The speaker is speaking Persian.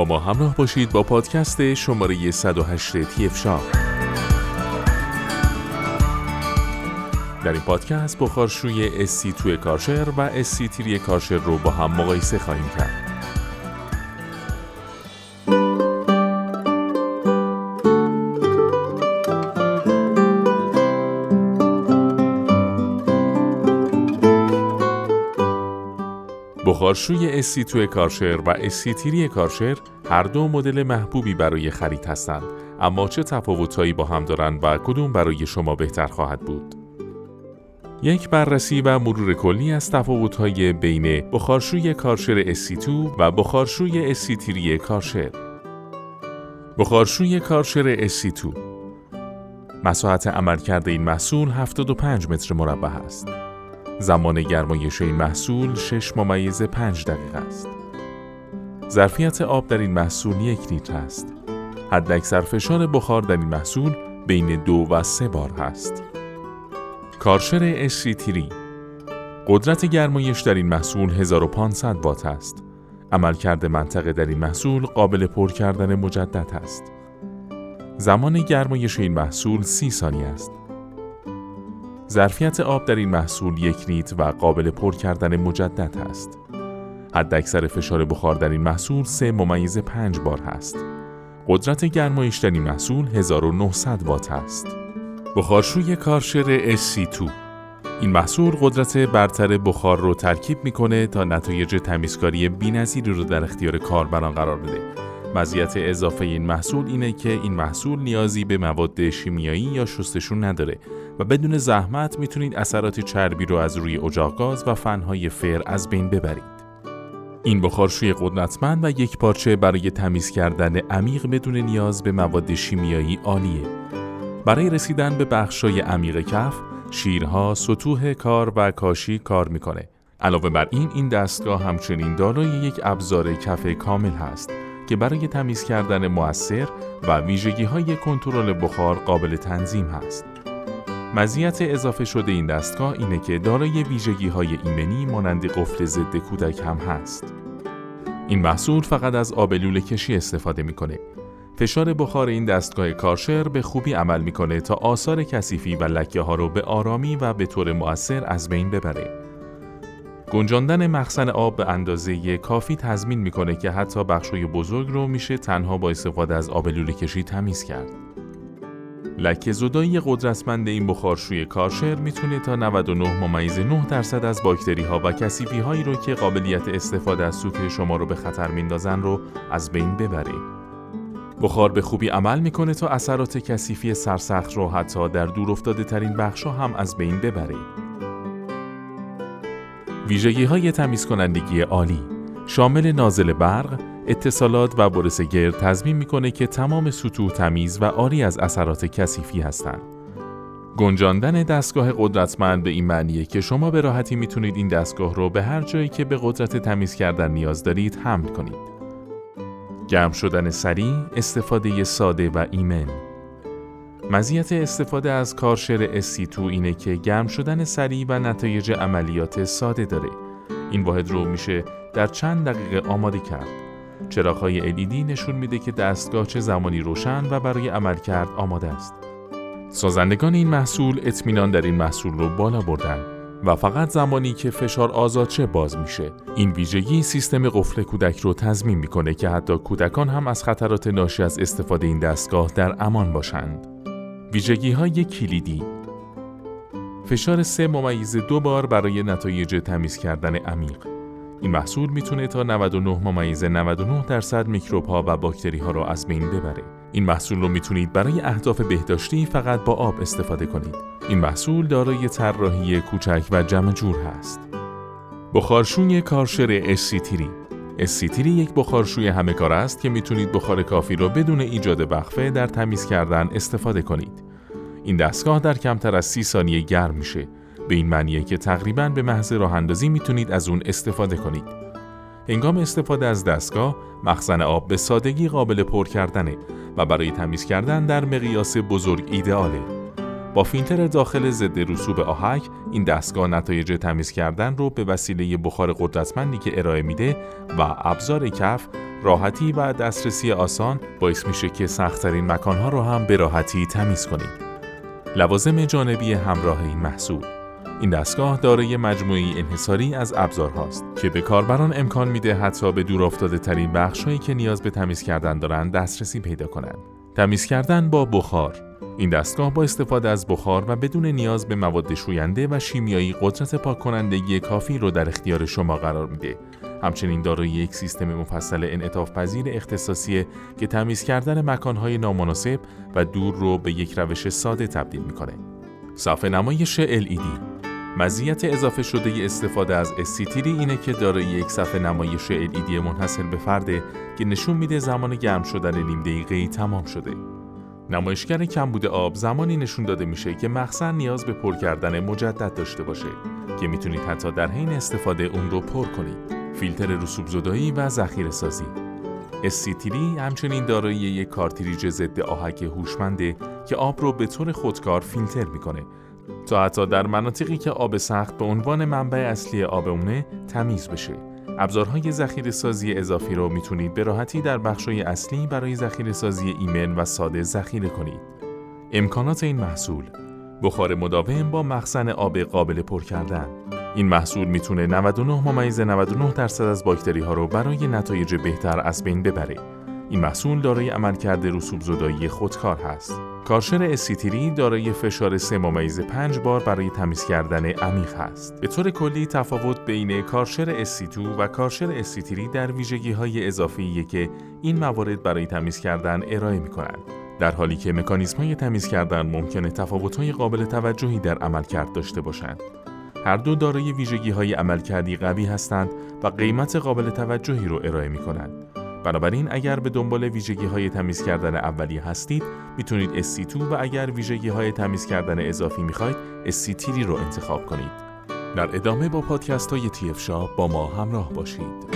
با ما همراه باشید با پادکست شماره 108 TFShop. در این پادکست بخارشوی SC2 کارشر و SC3 کارشر رو با هم مقایسه خواهیم کرد. بخارشوی SC2 کارشر و SC3 کارشر هر دو مدل محبوبی برای خرید هستند، اما چه تفاوت‌هایی با هم دارند و کدوم برای شما بهتر خواهد بود؟ یک بررسی و مرور کلی از تفاوت‌های بین بخارشوی کارشر SC2 و بخارشوی SC3 کارشر. بخارشوی کارشر SC2 مساحت عملکرد این محصول 75 متر مربع است. زمان گرمایش این محصول 6.5 دقیقه است. ظرفیت آب در این محصول 1 لیتر است. حداکثر فشار بخار در این محصول بین 2 و 3 بار است. کارشر SC3 قدرت گرمایش در این محصول 1500 وات است. عملکرد منطقه در این محصول قابل پر کردن مجدد است. زمان گرمایش این محصول 30 ثانیه است. ظرفیت آب در این محصول 1 لیتر و قابل پر کردن مجدد است. حداکثر فشار بخار در این محصول 3.5 بار است. قدرت گرمایش در این محصول 1900 وات است. بخارشوی کارشر SC2 این محصول قدرت برتر بخار رو ترکیب میکنه تا نتایج تمیزکاری بی‌نظیری رو در اختیار کاربران قرار بده. مزیت اضافه این محصول اینه که این محصول نیازی به مواد شیمیایی یا شستشو نداره و بدون زحمت میتونید اثرات چربی رو از روی اجاق گاز و فنهای فر از بین ببرید. این بخارشوی قدرتمند و یک پارچه برای تمیز کردن عمیق بدون نیاز به مواد شیمیایی عالیه. برای رسیدن به بخشای عمیق کف، شیرها، سطوح کار و کاشی کار میکنه. علاوه بر این دستگاه همچنین دارای یک ابزار کف کامل هست که برای تمیز کردن مؤثر و ویژگی‌های کنترل بخار قابل تنظیم هست. مزیت اضافه شده این دستگاه اینه که دارای ویژگی‌های ایمنی مانند قفل ضد کودک هم هست. این محصول فقط از آب لوله کشی استفاده می‌کنه. فشار بخار این دستگاه کارشر به خوبی عمل می‌کنه تا آثار کثیفی و لکه‌ها رو به آرامی و به طور مؤثر از بین ببره. گنجاندن مخزن آب به اندازه کافی تضمین میکنه که حتی بخشای بزرگ رو میشه تنها با استفاده از آب لوله کشی تمیز کرد. لکه زدایی قدرتمند این بخارشوی کارشر میتونه تا 99.9% از باکتری ها و کثیفی هایی رو که قابلیت استفاده از سوت شما رو به خطر میندازن رو از بین ببره. بخار به خوبی عمل میکنه تا اثرات کثیفی سرسخت رو حتی در دور افتاده ترین بخشا هم از بین ببره. ویژگی‌های تمیز کنندگی عالی شامل نازل برق، اتصالات و برس گرد تضمین می‌کنه که تمام سطوح تمیز و عاری از اثرات کثیفی هستند. گنجاندن دستگاه قدرتمند به این معنیه که شما به راحتی میتونید این دستگاه رو به هر جایی که به قدرت تمیز کردن نیاز دارید حمل کنید. گرم شدن سریع، استفاده ساده و ایمن. مزیت استفاده از کارشر SC2 اینه که گرم شدن سریع و نتایج عملیات ساده داره. این واحد رو میشه در چند دقیقه آماده کرد. چراغ‌های LED نشون میده که دستگاه چه زمانی روشن و برای عملکرد آماده است. سازندگان این محصول اطمینان در این محصول رو بالا بردن و فقط زمانی که فشار آزادشه باز میشه. این ویژگی سیستم قفل کودک رو تضمین میکنه که حتی کودکان هم از خطرات ناشی از استفاده این دستگاه در امان باشند. ویژگی‌های کلیدی فشار 3.2 بار برای نتایج تمیز کردن عمیق. این محصول میتونه تا 99.99% میکروب‌ها و باکتری‌ها رو از بین ببره. این محصول رو میتونید برای اهداف بهداشتی فقط با آب استفاده کنید. این محصول دارای طراحی کوچک و جمع جور هست. بخارشوی کارشر SC3 یک بخارشوی همه کار است که میتونید بخار کافی رو بدون ایجاد وقفه در تمیز کردن استفاده کنید. این دستگاه در کمتر از 30 ثانیه گرم میشه. به این معنیه که تقریباً به محض راه اندازی میتونید از اون استفاده کنید. هنگام استفاده از دستگاه، مخزن آب به سادگی قابل پر کردنه و برای تمیز کردن در مقیاس بزرگ ایدئاله. با فیلتر داخل ضد رسوب آهک این دستگاه نتایج تمیز کردن رو به وسیله بخار قدرتمندی که ارائه میده و ابزار کف راحتی و دسترسی آسان باعث میشه که سخت‌ترین مکان‌ها رو هم به راحتی تمیز کنید. لوازم جانبی همراه این محصول: این دستگاه دارای مجموعه‌ای انحصاری از ابزارهاست که به کاربران امکان میده حتی به دورافتاده ترین بخش‌هایی که نیاز به تمیز کردن دارن دسترسی پیدا کنند. تمیز کردن با بخار: این دستگاه با استفاده از بخار و بدون نیاز به مواد شوینده و شیمیایی قدرت پاک‌کنندگی کافی رو در اختیار شما قرار میده. همچنین دارای یک سیستم مفصل انعطاف پذیر اختصاصی که تمیز کردن مکان‌های نامناسب و دور رو به یک روش ساده تبدیل میکنه. صفحه نمایش LED: مزیت اضافه شده استفاده از SCTD اینه که دارای یک صفحه نمایش LED منحصر به فرده که نشون میده زمان گرم شدن نیم دقیقه‌ای تمام شده. نمایشگر کمبود آب زمانی نشون داده میشه که مخزن نیاز به پر کردن مجدد داشته باشه که میتونید حتی در حین استفاده اون رو پر کنید. فیلتر رسوب زدایی و ذخیره سازی: SCTD همچنین دارای یک کارتریج ضد آهک هوشمنده که آب رو به طور خودکار فیلتر میکنه تا حتی در مناطقی که آب سخت به عنوان منبع اصلی آب اونه تمیز بشه. ابزارهای ذخیره سازی اضافی رو میتونید به راحتی در بخش‌های اصلی برای ذخیره سازی ایمن و ساده ذخیره کنید. امکانات این محصول: بخار مداوم با مخزن آب قابل پر کردن. این محصول میتونه 99.99% از باکتری ها رو برای نتایج بهتر از بین ببره. این محصول دارای عملکرد رسوب زدایی خودکار هست. کارشر SCTD دارای فشار 3.5 بار برای تمیز کردن عمیق هست. به طور کلی تفاوت بین کارشر SC2 و کارشر SCTD در ویژگی‌های اضافیه که این موارد برای تمیز کردن ارائه می‌کنند. در حالی که مکانیزم‌های تمیز کردن ممکنه تفاوت‌های قابل توجهی در عملکرد داشته باشند. هر دو دارای ویژگی‌های عملکردی قوی هستند و قیمت قابل توجهی رو ارائه می‌کنند. بنابراین اگر به دنبال ویژگی‌های تمیز کردن اولیه هستید، میتونید SC2 و اگر ویژگی‌های تمیز کردن اضافی می‌خواید، SCTD رو انتخاب کنید. در ادامه با پادکست‌های TF Shop با ما همراه باشید.